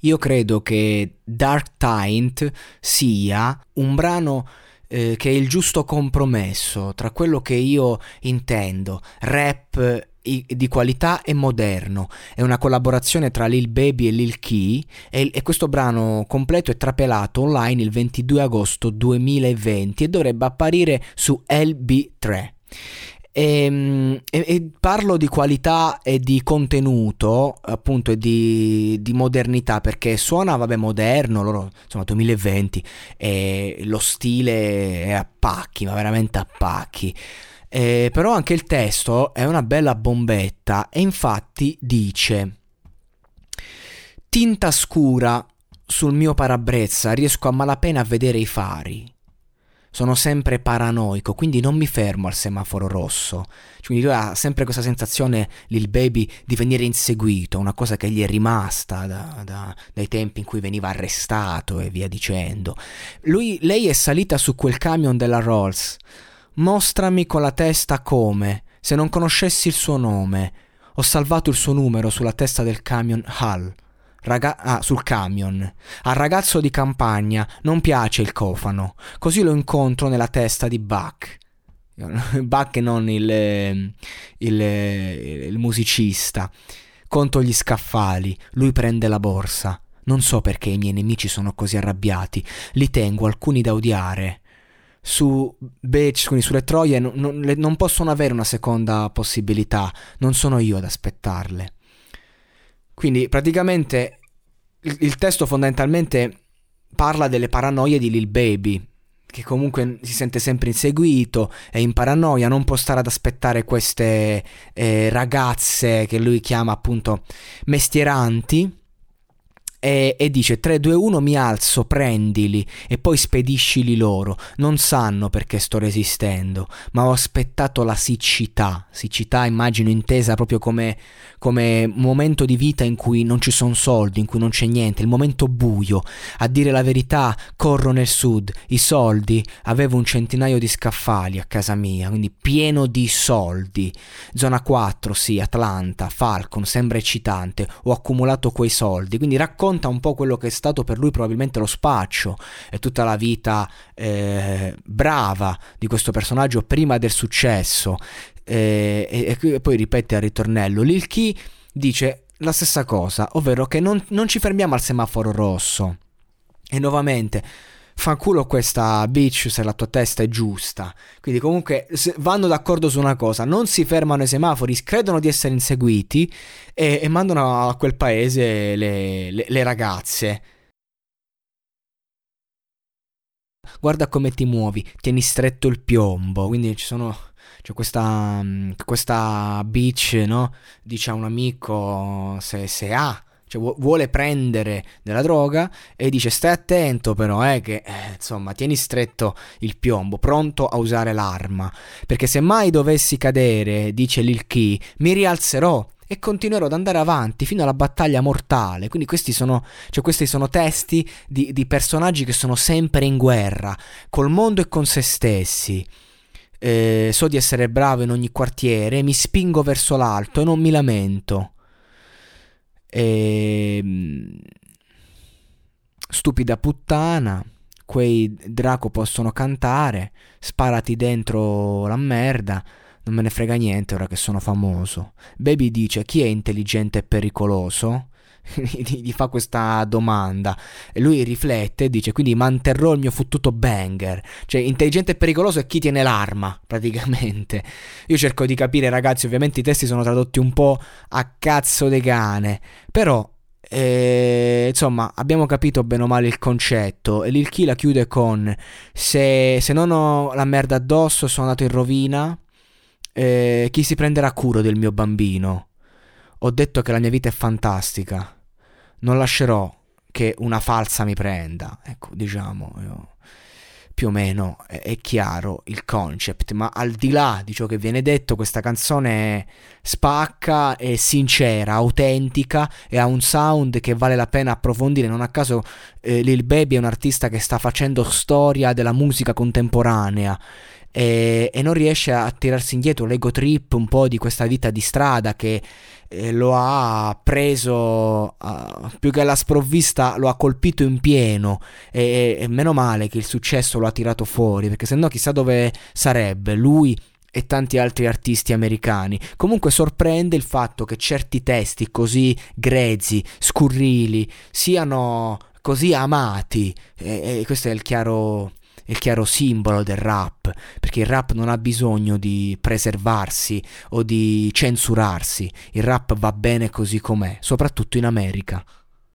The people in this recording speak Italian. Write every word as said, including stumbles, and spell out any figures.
Io credo che Dark Tint sia un brano eh, che è il giusto compromesso tra quello che io intendo rap i- di qualità e moderno. È una collaborazione tra Lil Baby e Lil Key, e, e questo brano completo è trapelato online il ventidue agosto duemilaventi e dovrebbe apparire su L B tre. E, e, e parlo di qualità e di contenuto, appunto, e di, di modernità, perché suona, vabbè, moderno, loro, insomma, duemilaventi, e lo stile è a pacchi, ma veramente a pacchi. Eh, però anche il testo è una bella bombetta, e infatti dice: tinta scura sul mio parabrezza, riesco a malapena a vedere i fari. Sono sempre paranoico, quindi non mi fermo al semaforo rosso. Quindi lui ha sempre questa sensazione, Lil Baby, di venire inseguito, una cosa che gli è rimasta da, da, dai tempi in cui veniva arrestato e via dicendo. Lui, lei è salita su quel camion della Rolls. Mostrami con la testa come, se non conoscessi il suo nome. Ho salvato il suo numero sulla testa del camion Hull. Raga- ah, sul camion. Al ragazzo di campagna non piace il cofano, così lo incontro nella testa di Buck. Buck e non il, il, il, il musicista. Conto gli scaffali, lui prende la borsa. Non so perché i miei nemici sono così arrabbiati, li tengo alcuni da odiare. Su Beach, quindi sulle troie, non, non, non possono avere una seconda possibilità, non sono io ad aspettarle. Quindi praticamente il, il testo fondamentalmente parla delle paranoie di Lil Baby, che comunque si sente sempre inseguito, è in paranoia, non può stare ad aspettare queste eh, ragazze che lui chiama appunto mestieranti. E, e dice: tre due uno, mi alzo, prendili e poi spediscili loro. Non sanno perché sto resistendo, ma ho aspettato la siccità. Siccità immagino intesa proprio come, come momento di vita in cui non ci sono soldi, in cui non c'è niente, il momento buio. A dire la verità, corro nel sud, i soldi, avevo un centinaio di scaffali a casa mia, quindi pieno di soldi. Zona quattro, sì, Atlanta, Falcon, sembra eccitante, ho accumulato quei soldi. Quindi racconta un po' quello che è stato per lui probabilmente lo spaccio e tutta la vita eh, brava di questo personaggio prima del successo, eh, e, e poi ripete al ritornello. Lil Key dice la stessa cosa, ovvero che non, non ci fermiamo al semaforo rosso. E nuovamente, fanculo questa bitch se la tua testa è giusta. Quindi comunque vanno d'accordo su una cosa, non si fermano ai semafori, credono di essere inseguiti e, e mandano a quel paese le, le, le ragazze. Guarda come ti muovi, tieni stretto il piombo. Quindi ci sono, c'è questa questa bitch, no? Dice a un amico se, se ha, cioè vuole prendere della droga, e dice: stai attento però, eh, che eh, insomma tieni stretto il piombo, pronto a usare l'arma, perché se mai dovessi cadere, dice Lil Key, mi rialzerò e continuerò ad andare avanti fino alla battaglia mortale. Quindi questi sono, cioè questi sono testi di, di personaggi che sono sempre in guerra col mondo e con se stessi. Eh, so di essere bravo in ogni quartiere, mi spingo verso l'alto e non mi lamento. E... stupida puttana, quei Draco possono cantare, sparati dentro la merda, non me ne frega niente ora che sono famoso. Baby dice: chi è intelligente e pericoloso? Gli fa questa domanda e lui riflette e dice: quindi manterrò il mio fottuto banger. Cioè, intelligente e pericoloso è chi tiene l'arma, praticamente. Io cerco di capire, ragazzi, ovviamente i testi sono tradotti un po' a cazzo de cane, però eh, insomma abbiamo capito bene o male il concetto. E Lil Key la chiude con: se, se non ho la merda addosso sono andato in rovina, eh, chi si prenderà cura del mio bambino? Ho detto che la mia vita è fantastica, non lascerò che una falsa mi prenda. Ecco, diciamo, io, più o meno è, è chiaro il concept, ma al di là di ciò che viene detto, questa canzone spacca, è sincera, autentica e ha un sound che vale la pena approfondire. Non a caso eh, Lil Baby è un artista che sta facendo storia della musica contemporanea. e, e non riesce a tirarsi indietro l'ego trip un po' di questa vita di strada che eh, lo ha preso uh, più che alla sprovvista, lo ha colpito in pieno e, e meno male che il successo lo ha tirato fuori, perché sennò chissà dove sarebbe lui e tanti altri artisti americani. Comunque sorprende il fatto che certi testi così grezzi, scurrili, siano così amati, e, e questo è il chiaro, il chiaro simbolo del rap, perché il rap non ha bisogno di preservarsi o di censurarsi, il rap va bene così com'è, soprattutto in America.